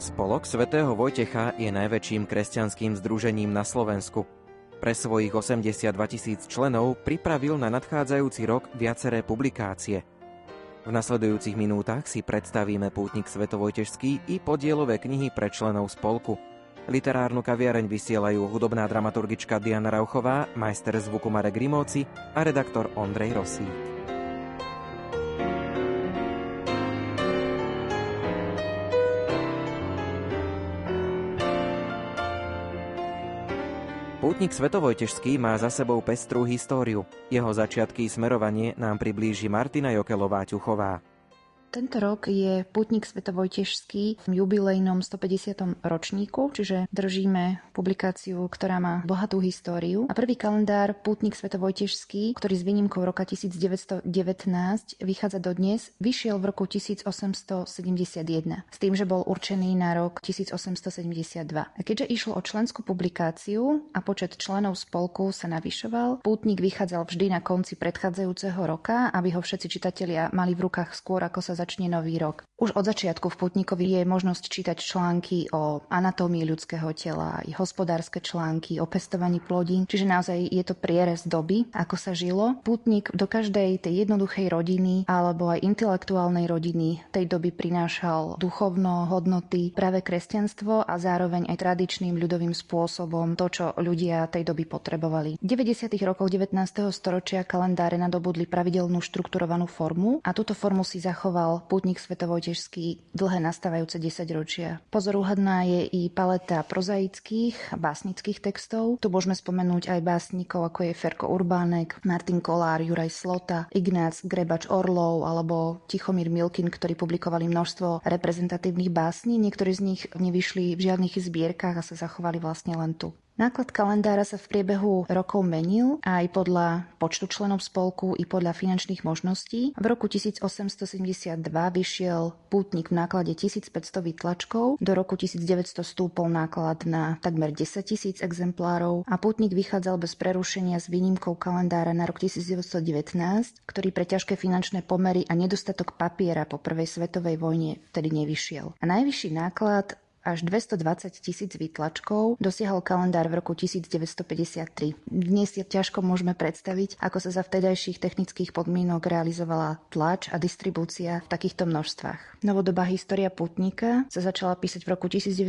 Spolok svätého Vojtecha je najväčším kresťanským združením na Slovensku. Pre svojich 82 000 členov pripravil na nadchádzajúci rok viaceré publikácie. V nasledujúcich minútach si predstavíme Pútnik svetovojtežský i podielové knihy pre členov spolku. Literárnu kaviareň vysielajú hudobná dramaturgička Diana Rauchová, majster zvuku Marek Rimóci a redaktor Ondrej Rosík. Pútnik svetovojtežský má za sebou pestrú históriu. Jeho začiatky i smerovanie nám priblíži Martina Jokelová-Ťuchová. Tento rok je Pútnik svetovojtežský v jubilejnom 150. ročníku, čiže držíme publikáciu, ktorá má bohatú históriu. A prvý kalendár Pútnik svetovojtežský, ktorý s výnimkou roka 1919 vychádza dodnes, vyšiel v roku 1871, s tým, že bol určený na rok 1872. A keďže išlo o členskú publikáciu a počet členov spolku sa navyšoval, Pútnik vychádzal vždy na konci predchádzajúceho roka, aby ho všetci čitatelia mali v rukách skôr, ako sa začne nový rok. Už od začiatku v Pútnikovi je možnosť čítať články o anatómii ľudského tela, i hospodárske články o pestovaní plodín, čiže naozaj je to prierez doby, ako sa žilo. Pútnik do každej tej jednoduchej rodiny alebo aj intelektuálnej rodiny tej doby prinášal duchovno, hodnoty, práve kresťanstvo a zároveň aj tradičným ľudovým spôsobom to, čo ľudia tej doby potrebovali. V 90. rokoch 19. storočia kalendáre nadobudli pravidelnú štrukturovanú formu a túto formu si zachoval Pútnik svetovojtežský dlhé nastávajúce 10 ročia. Pozoruhodná je i paleta prozaických a básnických textov. Tu môžeme spomenúť aj básnikov, ako je Ferko Urbánek, Martin Kollár, Juraj Slota, Ignác Grebač-Orlov alebo Tichomír Milkin, ktorí publikovali množstvo reprezentatívnych básní. Niektorí z nich nevyšli v žiadnych zbierkach a sa zachovali vlastne len tu. Náklad kalendára sa v priebehu rokov menil aj podľa počtu členov spolku i podľa finančných možností. V roku 1872 vyšiel Pútnik v náklade 1500 výtlačkov, do roku 1900 stúpol náklad na takmer 10 000 exemplárov a Pútnik vychádzal bez prerušenia s výnimkou kalendára na rok 1919, ktorý pre ťažké finančné pomery a nedostatok papiera po prvej svetovej vojne vtedy nevyšiel. A najvyšší náklad až 220 000 výtlačkov dosiahol kalendár v roku 1953. Dnes si ťažko môžeme predstaviť, ako sa za vtedajších technických podmienok realizovala tlač a distribúcia v takýchto množstvách. Novodobá história Pútnika sa začala písať v roku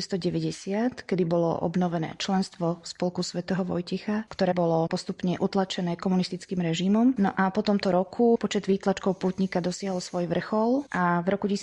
1990, kedy bolo obnovené členstvo v Spolku svätého Vojtecha, ktoré bolo postupne utlačené komunistickým režimom. No a po tomto roku počet výtlačkov Pútnika dosiahol svoj vrchol a v roku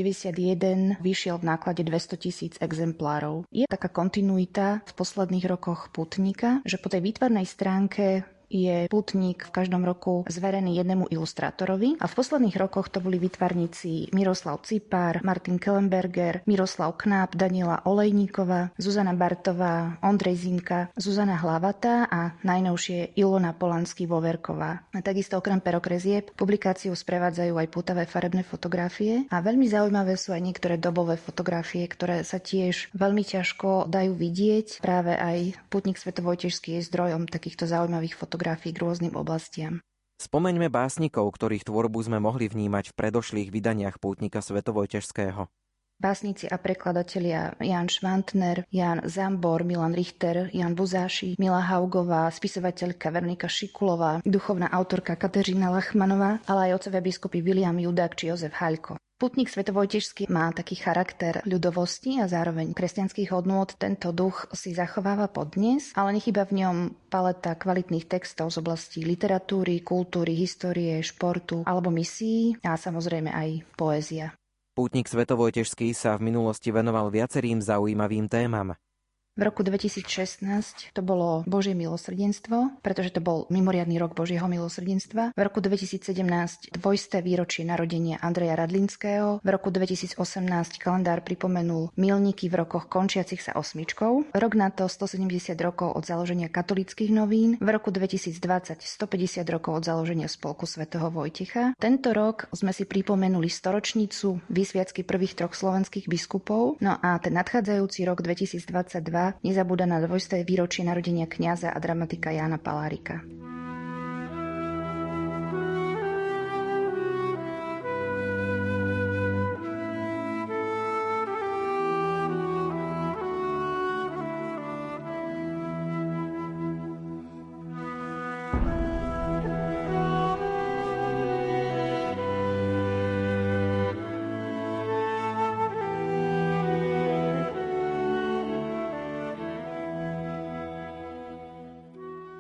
1991 vyšiel v náklade 200 000 exemplárov. Je taká kontinuita v posledných rokoch Pútnika, že po tej výtvarnej stránke je Pútnik v každom roku zverený jednému ilustrátorovi a v posledných rokoch to boli výtvarníci Miroslav Cipár, Martin Kellenberger, Miroslav Knáp, Daniela Olejníková, Zuzana Bartová, Ondrej Zinka, Zuzana Hlavatá a najnovšie Ilona Polanský-Voverková. A takisto okrem perokrezieb publikáciu sprevádzajú aj pútavé farebné fotografie a veľmi zaujímavé sú aj niektoré dobové fotografie, ktoré sa tiež veľmi ťažko dajú vidieť. Práve aj Pútnik svetovojtežský je zdrojom takýchto zaujímavých fotografií k rôznym oblastiam. Spomeňme básnikov, ktorých tvorbu sme mohli vnímať v predošlých vydaniach Pútnika svetovojtežského. Básnici a prekladatelia Jan Švantner, Jan Zambor, Milan Richter, Jan Buzáši, Mila Haugová, spisovateľka Vernika Šikulová, duchovná autorka Kateřina Lachmanová, ale aj otcovia biskupy William Judák či Jozef Haľko. Pútnik svetovojtežský má taký charakter ľudovosti a zároveň kresťanských hodnôt. Tento duch si zachováva podnes, ale nechýba v ňom paleta kvalitných textov z oblasti literatúry, kultúry, histórie, športu alebo misií a samozrejme aj poézia. Pútnik svetovojtežský sa v minulosti venoval viacerým zaujímavým témam. V roku 2016 to bolo Božie milosrdenstvo, pretože to bol mimoriadny rok Božieho milosrdenstva. V roku 2017 dvojsté výročie narodenia Andreja Radlinského. V roku 2018 kalendár pripomenul milníky v rokoch končiacich sa osmičkou. Rok na to 170 rokov od založenia katolíckych novín. V roku 2020 150 rokov od založenia Spolku svätého Vojtecha. Tento rok sme si pripomenuli storočnicu vysviacky prvých troch slovenských biskupov. No a ten nadchádzajúci rok 2022 nezabúda na dvojsté výročie narodenia kňaza a dramatika Jána Palárika.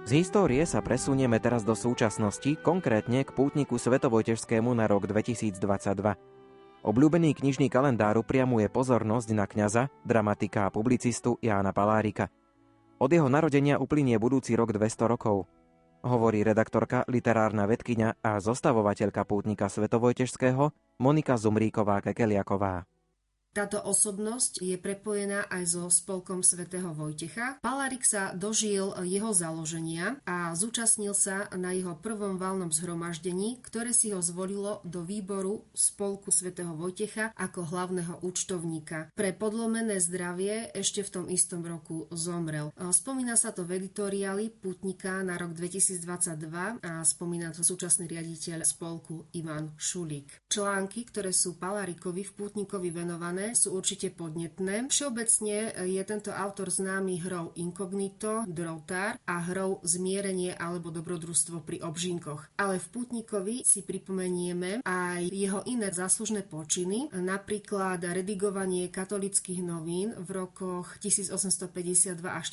Z histórie sa presunieme teraz do súčasnosti, konkrétne k pútniku svetovojtežskému na rok 2022. Obľúbený knižný kalendár upriamuje pozornosť na kňaza, dramatika a publicistu Jána Palárika. Od jeho narodenia uplynie budúci rok 200 rokov. Hovorí redaktorka, literárna vedkyňa a zostavovateľka pútnika svetovojtežského Monika Zumríková-Kekeliaková. Táto osobnosť je prepojená aj so spolkom svätého Vojtecha. Palárik sa dožil jeho založenia a zúčastnil sa na jeho prvom valnom zhromaždení, ktoré si ho zvolilo do výboru spolku svätého Vojtecha ako hlavného účtovníka. Pre podlomené zdravie ešte v tom istom roku zomrel. Spomína sa to v editoriáli Pútnika na rok 2022 a spomína to súčasný riaditeľ spolku Ivan Šulík. Články, ktoré sú Palárikovi v Pútnikovi venované, sú určite podnetné. Všeobecne je tento autor známy hrou Inkognito, Drotár a hrou Zmierenie alebo Dobrodružstvo pri obžinkoch. Ale v Pútnikovi si pripomenieme aj jeho iné záslužné počiny, napríklad redigovanie katolických novín v rokoch 1852 až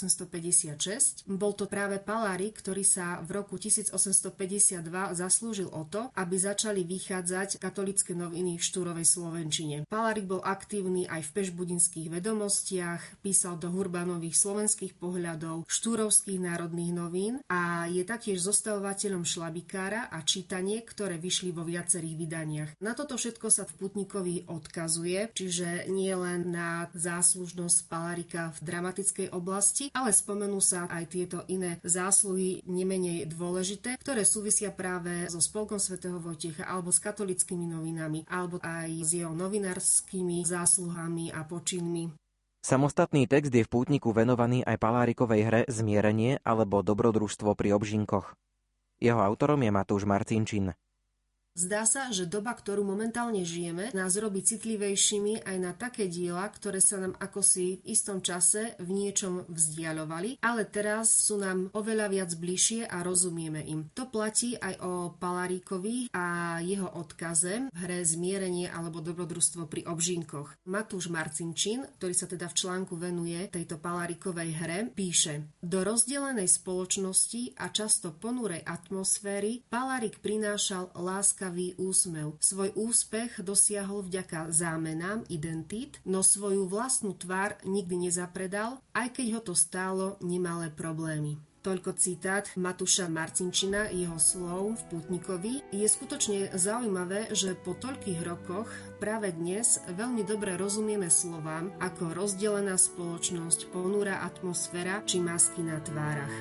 1856. Bol to práve Palárik, ktorý sa v roku 1852 zaslúžil o to, aby začali vychádzať katolické noviny v štúrovej slovenčine. Palárik bol aktívny aj v Pešbudinských vedomostiach, písal do Hurbanových slovenských pohľadov, Štúrovských národných novín a je taktiež zostavovateľom Šlabikára a Čítanie, ktoré vyšli vo viacerých vydaniach. Na toto všetko sa v Pútnikovi odkazuje, čiže nie len na záslužnosť Palárika v dramatickej oblasti, ale spomenú sa aj tieto iné zásluhy nemenej dôležité, ktoré súvisia práve so spolkom svätého Vojtecha alebo s katolickými novinami, alebo aj s jeho novinárskymi zásluhami a počinmi. Samostatný text je v Pútniku venovaný aj Palárikovej hre Zmierenie alebo Dobrodružstvo pri obžinkoch. Jeho autorom je Matúš Marcinčín. Zdá sa, že doba, ktorú momentálne žijeme, nás robí citlivejšími aj na také diela, ktoré sa nám akosi v istom čase v niečom vzdialovali, ale teraz sú nám oveľa viac bližšie a rozumieme im. To platí aj o Paláríkovi a jeho odkaze v hre Zmierenie alebo Dobrodružstvo pri obžinkoch. Matúš Marcinčín, ktorý sa teda v článku venuje tejto Palárikovej hre, píše: Do rozdelenej spoločnosti a často ponúrej atmosféry Palárik prinášal láskavý úsmev. Svoj úspech dosiahol vďaka zámenám identít, no svoju vlastnú tvár nikdy nezapredal, aj keď ho to stálo nemalé problémy. Toľko citát Matúša Marcinčina, jeho slov v Pútnikovi. Je skutočne zaujímavé, že po toľkých rokoch práve dnes veľmi dobre rozumieme slovám ako rozdelená spoločnosť, ponúra atmosféra či masky na tvárach.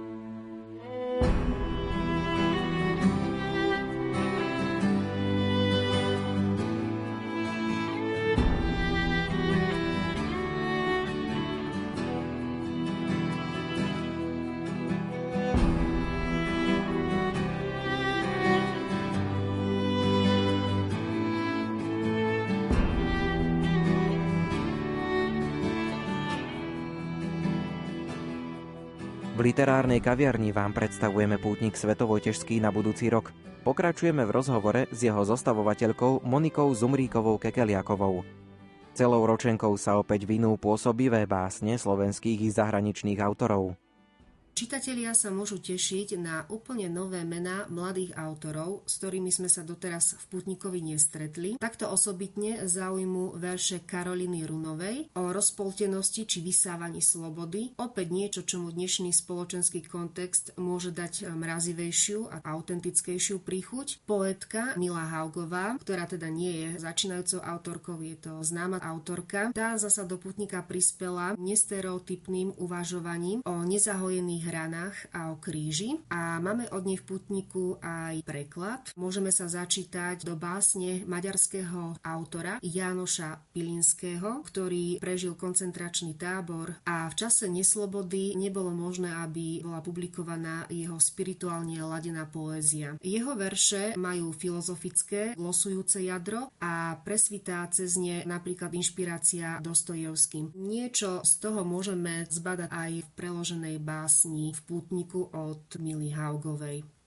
V literárnej kaviarni vám predstavujeme Pútnik svetovojtežský na budúci rok. Pokračujeme v rozhovore s jeho zostavovateľkou Monikou Zumríkovou-Kekeliakovou. Celou ročenkou sa opäť vinú pôsobivé básne slovenských i zahraničných autorov. Čitatelia sa môžu tešiť na úplne nové mená mladých autorov, s ktorými sme sa doteraz v Pútnikovi nestretli. Takto osobitne zaujmú verše Karoliny Runovej o rozpoltenosti či vysávaní slobody. Opäť niečo, čomu dnešný spoločenský kontext môže dať mrazivejšiu a autentickejšiu príchuť. Poetka Mila Haugová, ktorá teda nie je začínajúcou autorkou, je to známa autorka. Tá zasa do Pútnika prispela nestereotypným uvažovaním o nezahojených hranách a o kríži a máme od nej v Pútniku aj preklad. Môžeme sa začítať do básne maďarského autora Jánoša Pilinského, ktorý prežil koncentračný tábor a v čase neslobody nebolo možné, aby bola publikovaná jeho spirituálne ladená poézia. Jeho verše majú filozofické, losujúce jadro a presvitá cez ne napríklad inšpirácia Dostojevským. Niečo z toho môžeme zbadať aj v preloženej básni v Pútniku od Mily Haugovej.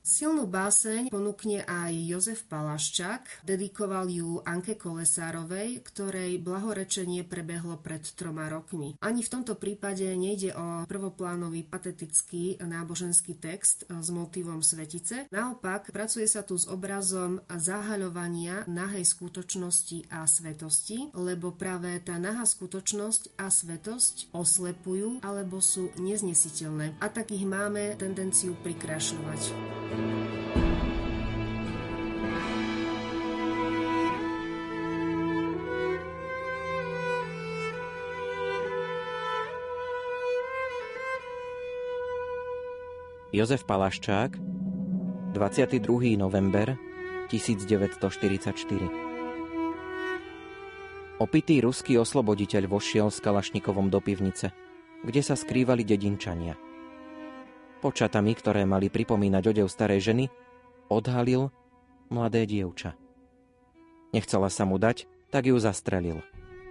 Silnú báseň ponúkne aj Jozef Palaščák, dedikoval ju Anke Kolesárovej, ktorej blahorečenie prebehlo pred 3 rokmi. Ani v tomto prípade nejde o prvoplánový patetický náboženský text s motívom svetice. Naopak, pracuje sa tu s obrazom zahaľovania nahej skutočnosti a svetosti, lebo práve tá nahá skutočnosť a svetosť oslepujú alebo sú neznesiteľné. A tak ich máme tendenciu prikrašľovať. Jozef Palaščák, 22. november 1944. Opitý ruský osloboditeľ vošiel s kalašnikovom do pivnice, kde sa skrývali dedinčania. Počatami, ktoré mali pripomínať odev starej ženy, odhalil mladé dievča. Nechcela sa mu dať, tak ju zastrelil.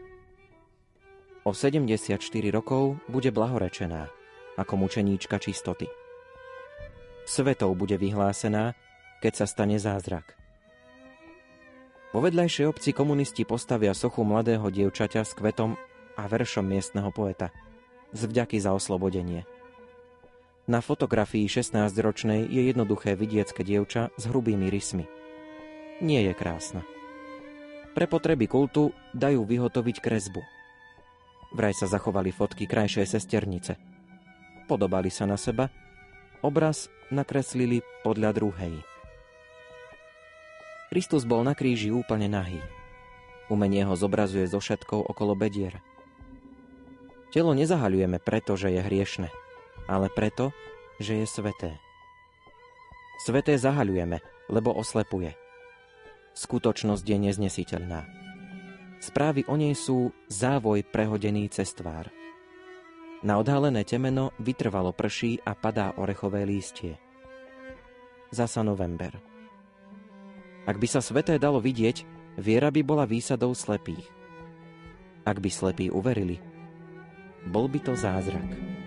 O 74 rokov bude blahorečená ako mučeníčka čistoty. Svetou bude vyhlásená, keď sa stane zázrak. Vo vedľajšej obci komunisti postavia sochu mladého dievčaťa s kvetom a veršom miestneho poeta z vďaky za oslobodenie. Na fotografii 16-ročnej je jednoduché vidiecké dievča s hrubými rysmi. Nie je krásna. Pre potreby kultu dajú vyhotoviť kresbu. Vraj sa zachovali fotky krajšej sesternice. Podobali sa na seba, obraz nakreslili podľa druhej. Kristus bol na kríži úplne nahý. Umenie ho zobrazuje so šatkou okolo bedier. Telo nezahaľujeme preto, že je hriešne, ale preto, že je sveté. Sveté zahaľujeme, lebo oslepuje. Skutočnosť je neznesiteľná. Správy o nej sú závoj prehodený cez tvár. Na odhalené temeno vytrvalo prší a padá orechové lístie. Zasa november. Ak by sa sveté dalo vidieť, viera by bola výsadou slepých. Ak by slepí uverili, bol by to zázrak.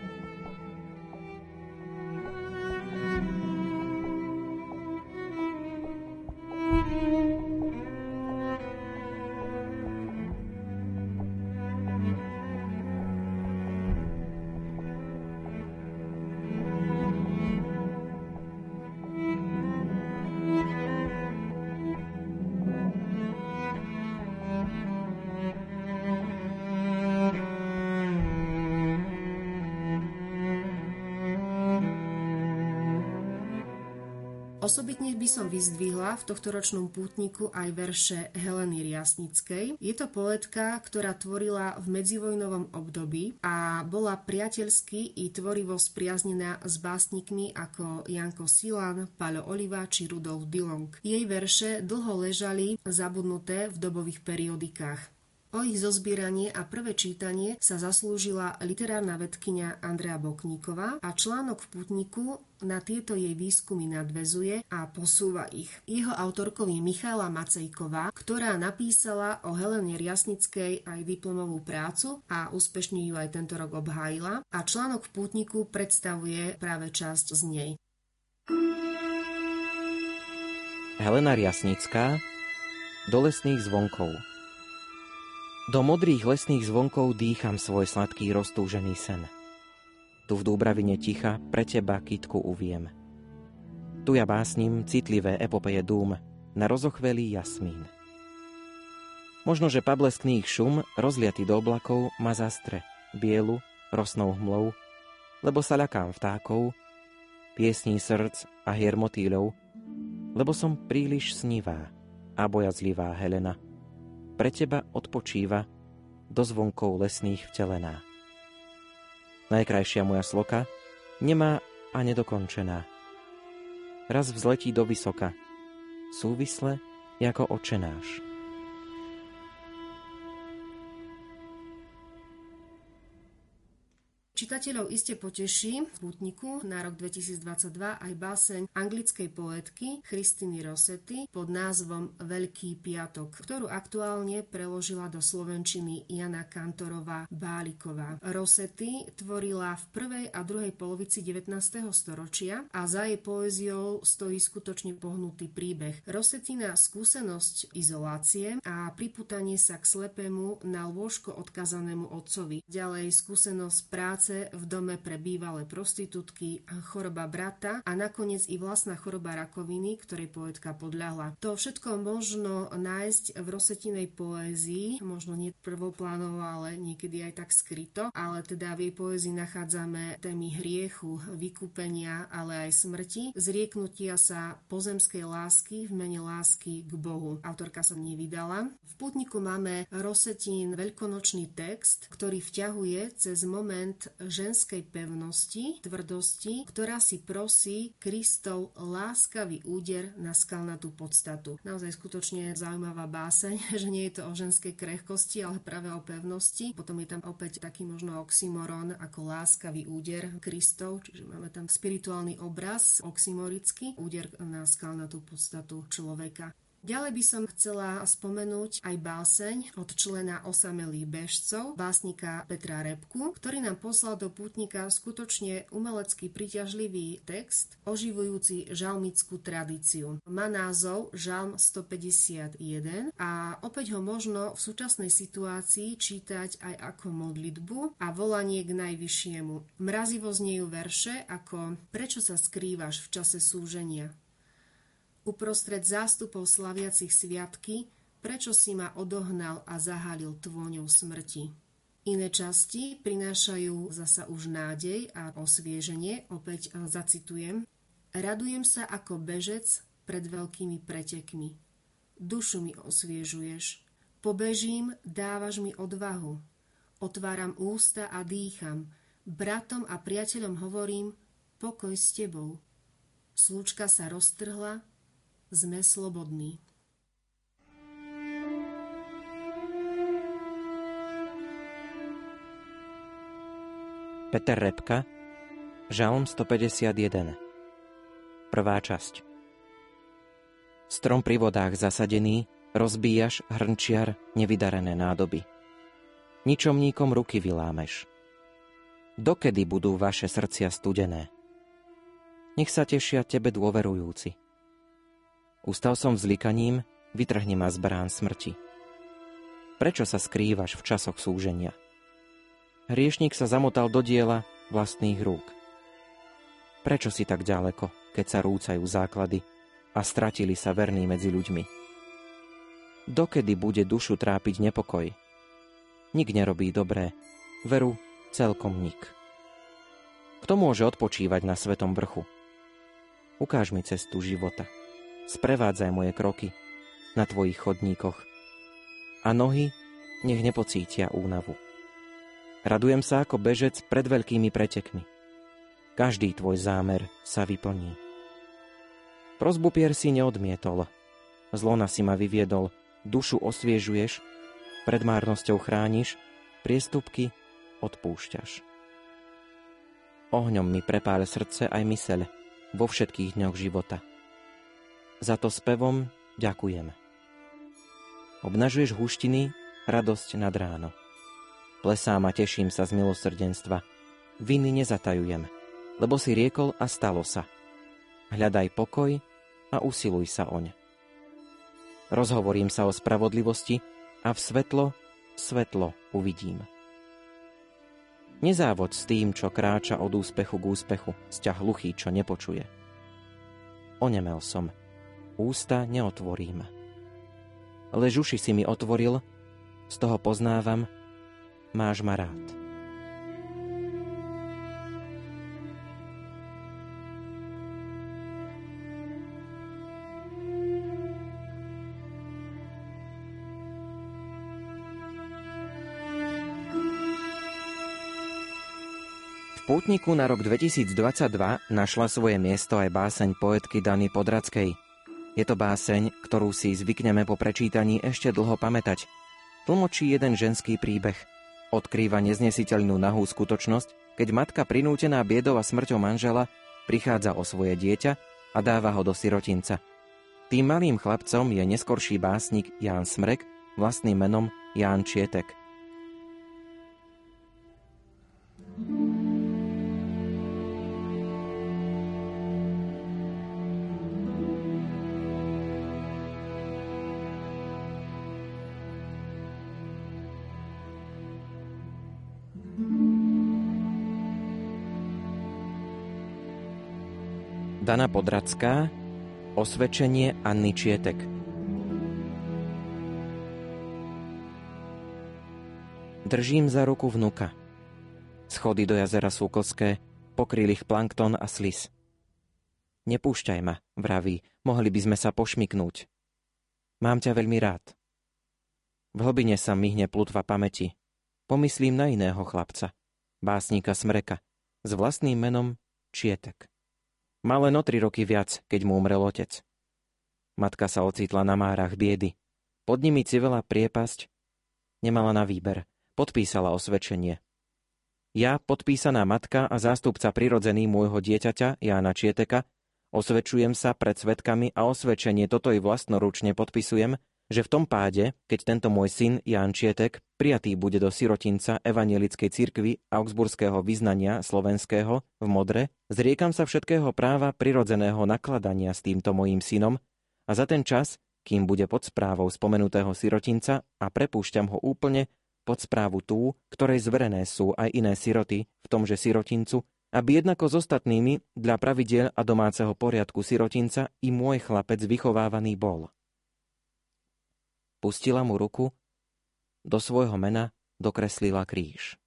Osobitne by som vyzdvihla v tohtoročnom pútniku aj verše Heleny Riasnickej. Je to poetka, ktorá tvorila v medzivojnovom období a bola priateľsky i tvorivo spriaznená s básnikmi ako Janko Silan, Paľo Oliva či Rudolf Dillong. Jej verše dlho ležali zabudnuté v dobových periodikách. O ich zozbieranie a prvé čítanie sa zaslúžila literárna vedkyňa Andrea Bokníková a článok v Pútniku na tieto jej výskumy nadväzuje a posúva ich. Jeho autorkou je Michála Macejková, ktorá napísala o Helene Riasnickej aj diplomovú prácu a úspešne ju aj tento rok obhájila a článok v Pútniku predstavuje práve časť z nej. Helena Riasnická, Do lesných zvonkov. Do modrých lesných zvonkov dýcham svoj sladký roztúžený sen. Tu v Dúbravine ticha pre teba kytku uviem. Tu ja básnim citlivé epopeje dúm na rozochvelý jasmín. Možno, že pableskný ich šum, rozliatý do oblakov, ma zastre, bielu, rosnou hmlou, lebo sa ľakám vtákov, piesní srdc a hier motýľov, lebo som príliš snivá a bojazlivá Helena. Pre teba odpočíva, do zvonkov lesných vtelená. Najkrajšia moja sloka, nemá a nedokončená. Raz vzletí do vysoka, súvisle ako Otčenáš. Čitateľov iste poteší v Pútniku na rok 2022 aj báseň anglickej poetky Christiny Rossetti pod názvom Veľký piatok, ktorú aktuálne preložila do slovenčiny Jana Kantorová Báliková. Rossetti tvorila v prvej a druhej polovici 19. storočia a za jej poéziou stojí skutočne pohnutý príbeh. Rossettina skúsenosť izolácie a pripútanie sa k slepému na lôžko odkazanému otcovi. Ďalej skúsenosť práce v dome pre bývalé prostitútky, choroba brata a nakoniec i vlastná choroba rakoviny, ktorej poetka podľahla. To všetko možno nájsť v Rossettinej poézii, možno nie prvoplánovo, ale niekedy aj tak skryto, ale teda v jej poézii nachádzame témy hriechu, vykúpenia, ale aj smrti, zrieknutia sa pozemskej lásky v mene lásky k Bohu. Autorka sa nevydala. V Pútniku máme Rossettin veľkonočný text, ktorý vťahuje cez moment ženskej pevnosti, tvrdosti, ktorá si prosí Kristov láskavý úder na skalnatú podstatu. Naozaj skutočne zaujímavá báseň, že nie je to o ženskej krehkosti, ale práve o pevnosti. Potom je tam opäť taký možno oxymoron ako láskavý úder Kristov, čiže máme tam spirituálny obraz, oxymorický, úder na skalnatú podstatu človeka. Ďalej by som chcela spomenúť aj báseň od člena Osamelých bežcov, básnika Petra Repku, ktorý nám poslal do Pútnika skutočne umelecky príťažlivý text, oživujúci žalmickú tradíciu. Má názov Žalm 151 a opäť ho možno v súčasnej situácii čítať aj ako modlitbu a volanie k Najvyššiemu. Mrazivo znejú verše ako Prečo sa skrývaš v čase súženia? Uprostred zástupov slaviacich sviatky, prečo si ma odohnal a zahalil tvôňou smrti. Iné časti prinášajú zasa už nádej a osvieženie, opäť zacitujem. Radujem sa ako bežec pred veľkými pretekmi. Dušu mi osviežuješ. Pobežím, dávaš mi odvahu. Otváram ústa a dýcham. Bratom a priateľom hovorím, pokoj s tebou. Slúčka sa roztrhla, sme slobodní. Peter Repka, Žalm 151. Prvá časť. Strom pri vodách zasadený, rozbíjaš, hrnčiar, nevydarené nádoby. Ničomníkom ruky vylámeš. Dokedy budú vaše srdcia studené? Nech sa tešia tebe dôverujúci. Ustal som vzlikaním, vytrhni ma z brán smrti. Prečo sa skrývaš v časoch súženia? Hriešnik sa zamotal do diela vlastných rúk. Prečo si tak ďaleko, keď sa rúcajú základy a stratili sa verní medzi ľuďmi? Dokedy bude dušu trápiť nepokoj? Nik nerobí dobré, veru celkom nik. Kto môže odpočívať na svetom vrchu? Ukáž mi cestu života. Sprevádzaj moje kroky na tvojich chodníkoch a nohy nech nepocítia únavu. Radujem sa ako bežec pred veľkými pretekmi. Každý tvoj zámer sa vyplní. Prosbu pier si neodmietol, zlona si ma vyviedol, dušu osviežuješ, pred márnosťou chrániš, priestupky odpúšťaš. Ohňom mi prepáľ srdce aj myseľ vo všetkých dňoch života. Za to spevom ďakujem. Obnažuješ húštiny, radosť nad ráno. Plesám a teším sa z milosrdenstva. Viny nezatajujem, lebo si riekol a stalo sa. Hľadaj pokoj a usiluj sa oň. Rozhovorím sa o spravodlivosti a v svetlo uvidím. Nezávod s tým, čo kráča od úspechu k úspechu, sťah hluchý, čo nepočuje. Onemel som. Ústa neotvorím. Lež uši si mi otvoril, z toho poznávam, máš ma rád. V Pútniku na rok 2022 našla svoje miesto aj báseň poetky Dany Podradskej. Je to báseň, ktorú si zvykneme po prečítaní ešte dlho pamätať. Tlmočí jeden ženský príbeh. Odkrýva neznesiteľnú nahú skutočnosť, keď matka prinútená biedou a smrťou manžela prichádza o svoje dieťa a dáva ho do sirotinca. Tým malým chlapcom je neskorší básnik Ján Smrek, vlastným menom Ján Čietek. Dana Podradská, Osvedčenie Anny Čietek. Držím za ruku vnuka. Schody do jazera sú klské, pokryl ich plankton a slis. Nepúšťaj ma, vraví, mohli by sme sa pošmiknúť. Mám ťa veľmi rád. V hlbine sa myhne plutva pamäti. Pomyslím na iného chlapca, básnika Smreka, s vlastným menom Čietek. Mal len o 3 roky viac, keď mu umrel otec. Matka sa ocitla na márach biedy. Pod nimi civela priepasť. Nemala na výber. Podpísala osvedčenie. Ja, podpísaná matka a zástupca prirodzený môjho dieťaťa, Jána Čieteka, osvedčujem sa pred svedkami a osvedčenie toto i vlastnoručne podpisujem, že v tom páde, keď tento môj syn, Ján Čietek, prijatý bude do sirotinca Evangelickej cirkvi Augsburského vyznania slovenského v Modre, zriekam sa všetkého práva prirodzeného nakladania s týmto mojím synom a za ten čas, kým bude pod správou spomenutého sirotinca a prepúšťam ho úplne pod správu tú, ktorej zverené sú aj iné siroty v tomže sirotincu, aby jednako s ostatnými dla pravidiel a domáceho poriadku sirotinca i môj chlapec vychovávaný bol. Pustila mu ruku, do svojho mena dokreslila kríž.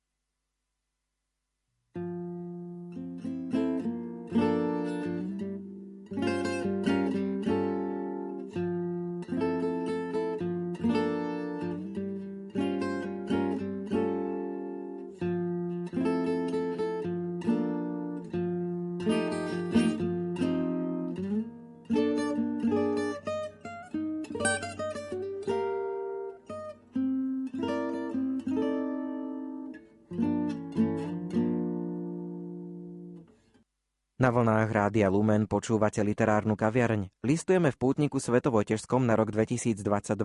Na vlnách Rádia Lumen počúvate literárnu kaviareň. Listujeme v pútniku Svetovojtežskom na rok 2022.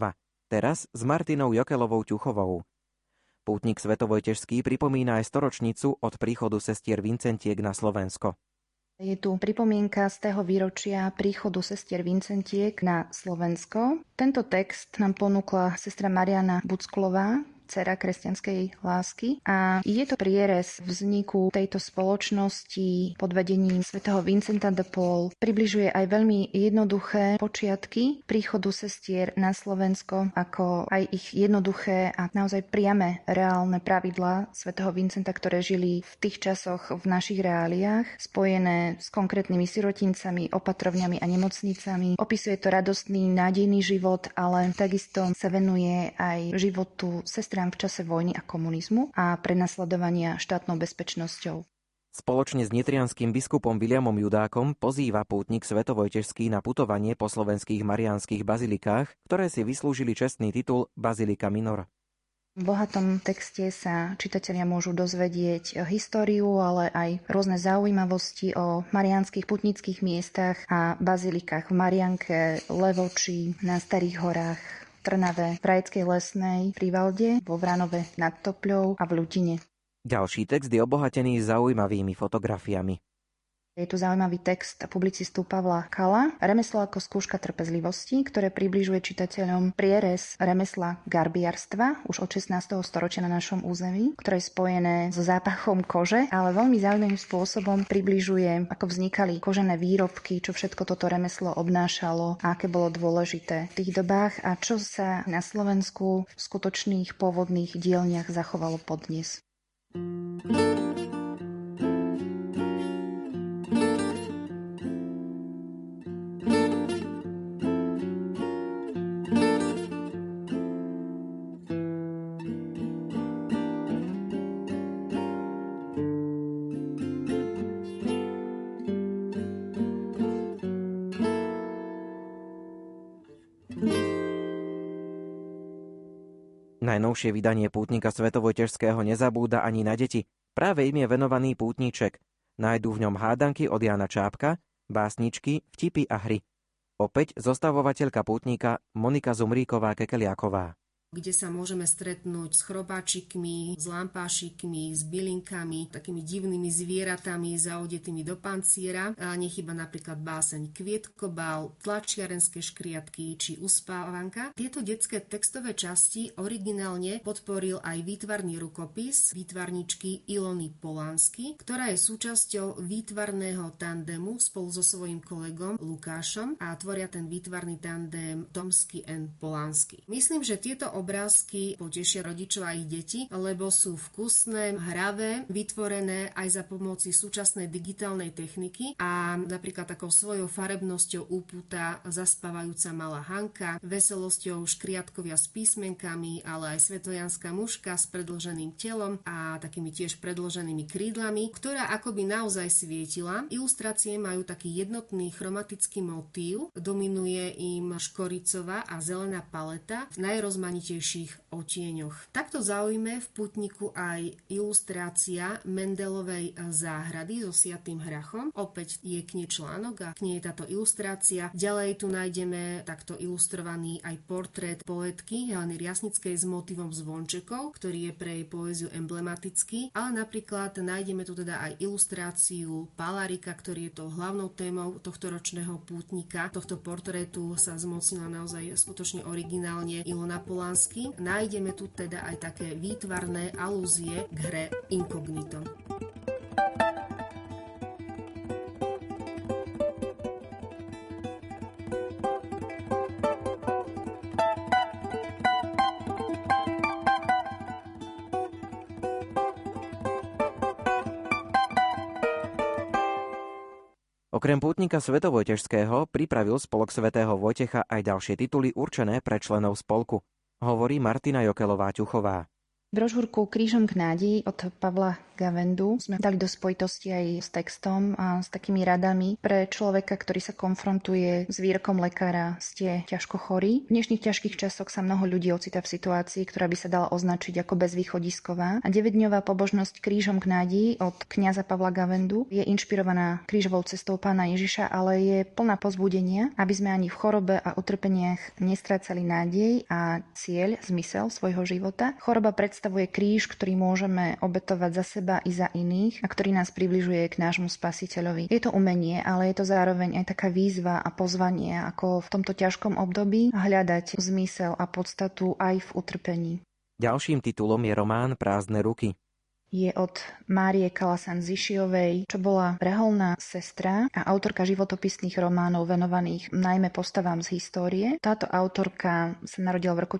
Teraz s Martinou Jokelovou Ťuchovou. Pútnik Svetovojtežský pripomína aj storočnicu od príchodu sestier Vincentiek na Slovensko. Je tu pripomienka z tého výročia príchodu sestier Vincentiek na Slovensko. Tento text nám ponúkla sestra Mariana Bucklová, dcera kresťanskej lásky. A je to prierez vzniku tejto spoločnosti pod vedením svätého Vincenta de Paul. Približuje aj veľmi jednoduché počiatky príchodu sestier na Slovensko, ako aj ich jednoduché a naozaj priame reálne pravidlá svätého Vincenta, ktoré žili v tých časoch v našich reáliách, spojené s konkrétnymi sirotincami, opatrovňami a nemocnicami. Opisuje to radostný, nádejný život, ale takisto sa venuje aj životu sestrám v čase vojny a komunizmu a prenasledovania štátnou bezpečnosťou. Spoločne s nitrianským biskupom Viliamom Judákom pozýva pútnik Svetovojtežský na putovanie po slovenských mariánskych bazilikách, ktoré si vyslúžili čestný titul Bazilika Minor. V bohatom texte sa čitatelia môžu dozvedieť históriu, ale aj rôzne zaujímavosti o mariánskych putnických miestach a bazilikách v Marianke, Levoči, na Starých horách, Trnave, v Rajeckej Lesnej, pri Valde, vo Vranove nad Topľou a v Ľutine. Ďalší text je obohatený zaujímavými fotografiami. Je tu zaujímavý text publicistu Pavla Kala, Remeslo ako skúška trpezlivosti, ktoré približuje čitateľom prierez remesla garbiarstva už od 16. storočia na našom území, ktoré je spojené so zápachom kože, ale veľmi zaujímavým spôsobom približuje, ako vznikali kožené výrobky, čo všetko toto remeslo obnášalo a aké bolo dôležité v tých dobách a čo sa na Slovensku v skutočných pôvodných dielniach zachovalo podnes. Najnovšie vydanie pútnika Svetovojtežského nezabúda ani na deti. Práve im je venovaný pútniček. Nájdu v ňom hádanky od Jána Čápka, básničky, vtipy a hry. Opäť zostavovateľka pútnika Monika Zumríková-Kekeliáková. Kde sa môžeme stretnúť s chrobáčikmi, s lampášikmi, s bylinkami, takými divnými zvieratami zaodetými do panciera. A nechýba napríklad báseň Kvietkobal, tlačiarenské škriatky či uspávanka. Tieto detské textové časti originálne podporil aj výtvarný rukopis výtvarničky Ilony Polánsky, ktorá je súčasťou výtvarného tandemu spolu so svojím kolegom Lukášom a tvoria ten výtvarný tandem Tomsky and Polánsky. Myslím, že tieto obrázky potešia rodičov a ich deti, lebo sú vkusné, hravé, vytvorené aj za pomoci súčasnej digitálnej techniky a napríklad takou svojou farebnosťou úputa zaspávajúca malá Hanka, veselosťou škriatkovia s písmenkami, ale aj svetlianská muška s predĺženým telom a takými tiež predĺženými krídlami, ktorá akoby naozaj svietila. Ilustrácie majú taký jednotný chromatický motív, dominuje im škoricová a zelená paleta v najrozmanitejších odtieňoch. Takto zaujme v pútniku aj ilustrácia Mendelovej záhrady so siatým hrachom. Opäť je k nej článok a k nej je táto ilustrácia. Ďalej tu nájdeme takto ilustrovaný aj portrét poetky Heleny Riasnickej s motivom zvončekov, ktorý je pre jej poéziu emblematický, ale napríklad nájdeme tu teda aj ilustráciu Palárika, ktorý je tou hlavnou témou tohto ročného pútnika. Tohto portrétu sa zmocnila naozaj skutočne originálne Ilona Polánsky. Nájdeme tu teda aj také výtvarné alúzie k hre Inkognito. Okrem pútnika svetovojtežského pripravil Spolok svätého Vojtecha aj ďalšie tituly určené pre členov spolku, hovorí Martina Jokelová-Ťuchová. Brožúrku Krížom k nádeji od Pavla Gavendu sme dali do spojitosti aj s textom a s takými radami pre človeka, ktorý sa konfrontuje s výrokom lekára, ste ťažko chorý. V dnešných ťažkých časoch sa mnoho ľudí ocitá v situácii, ktorá by sa dala označiť ako bezvýchodisková. A 9-dňová pobožnosť Krížom k nádeji od kňaza Pavla Gavendu je inšpirovaná krížovou cestou Pána Ježiša, ale je plná povzbudenia, aby sme ani v chorobe a utrpeniach nestrácali nádej a cieľ, zmysel svojho života. Choroba predstavuje kríž, ktorý môžeme obetovať za seba i za iných a ktorý nás približuje k nášmu Spasiteľovi. Je to umenie, ale je to zároveň aj taká výzva a pozvanie, ako v tomto ťažkom období hľadať zmysel a podstatu aj v utrpení. Ďalším titulom je román Prázdne ruky. Je od Márie Kalasan-Zišiovej, čo bola reholná sestra a autorka životopisných románov venovaných najmä postavám z histórie. Táto autorka sa narodila v roku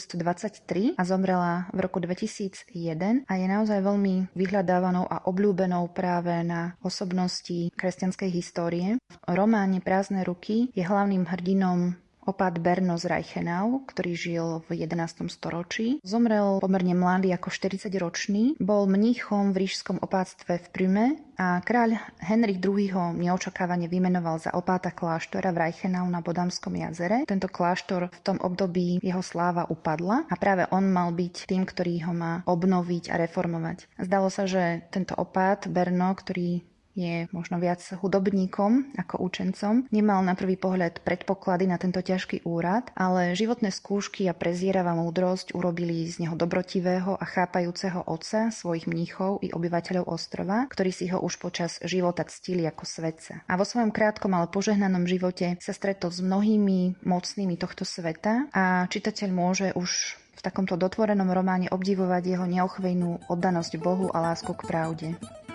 1923 a zomrela v roku 2001 a je naozaj veľmi vyhľadávanou a obľúbenou práve na osobnosti kresťanskej histórie. V románe Prázdne ruky je hlavným hrdinom opát Berno z Reichenau, ktorý žil v 11. storočí. Zomrel pomerne mladý ako 40-ročný, bol mníchom v ríšskom opátstve v Prüme a kráľ Henrik II. Ho neočakávane vymenoval za opáta kláštora v Reichenau na Bodamskom jazere. Tento kláštor v tom období jeho sláva upadla a práve on mal byť tým, ktorý ho má obnoviť a reformovať. Zdalo sa, že tento opát Berno, ktorý je možno viac hudobníkom ako učencom, nemal na prvý pohľad predpoklady na tento ťažký úrad, ale životné skúšky a prezieravá múdrosť urobili z neho dobrotivého a chápajúceho otca svojich mníchov i obyvateľov ostrova, ktorí si ho už počas života ctili ako svetca. A vo svojom krátkom, ale požehnanom živote sa stretol s mnohými mocnými tohto sveta a čitateľ môže už v takomto dotvorenom románe obdivovať jeho neochvejnú oddanosť Bohu a lásku k pravde.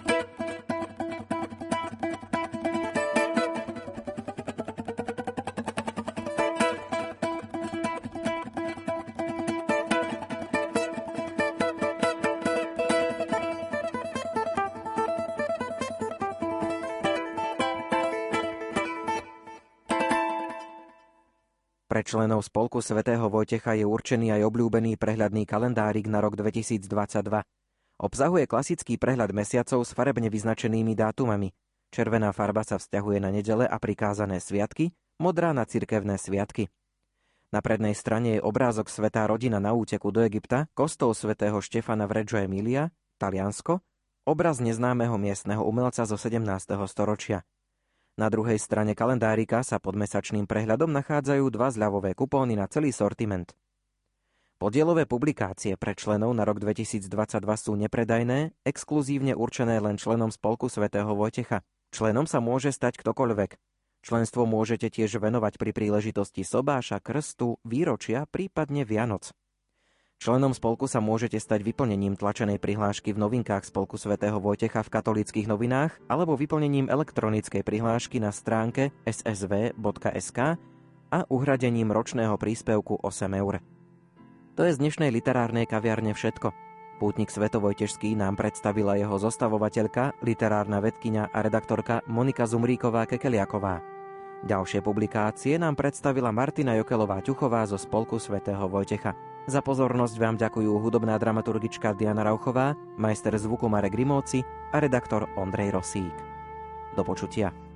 Pre členov Spolku svätého Vojtecha je určený aj obľúbený prehľadný kalendárik na rok 2022. Obsahuje klasický prehľad mesiacov s farebne vyznačenými dátumami. Červená farba sa vzťahuje na nedele a prikázané sviatky, modrá na cirkevné sviatky. Na prednej strane je obrázok Svätá rodina na úteku do Egypta, kostol svätého Štefana v Reggio Emilia, Taliansko, obraz neznámeho miestneho umelca zo 17. storočia. Na druhej strane kalendárika sa pod mesačným prehľadom nachádzajú 2 zľavové kupóny na celý sortiment. Podielové publikácie pre členov na rok 2022 sú nepredajné, exkluzívne určené len členom Spolku svätého Vojtecha. Členom sa môže stať ktokoľvek. Členstvo môžete tiež venovať pri príležitosti sobáša, krstu, výročia, prípadne Vianoc. Členom spolku sa môžete stať vyplnením tlačenej prihlášky v novinkách Spolku svätého Vojtecha v Katolíckych novinách alebo vyplnením elektronickej prihlášky na stránke ssv.sk a uhradením ročného príspevku 8 eur. To je z dnešnej literárnej kaviarne všetko. Pútnik svetovojtežský nám predstavila jeho zostavovateľka, literárna vedkyňa a redaktorka Monika Zumríková-Kekeliaková. Ďalšie publikácie nám predstavila Martina Jokelová-Ťuchová zo Spolku svätého Vojtecha. Za pozornosť vám ďakujú hudobná dramaturgička Diana Rauchová, majster zvuku Marek Rimóci a redaktor Ondrej Rosík. Do počutia.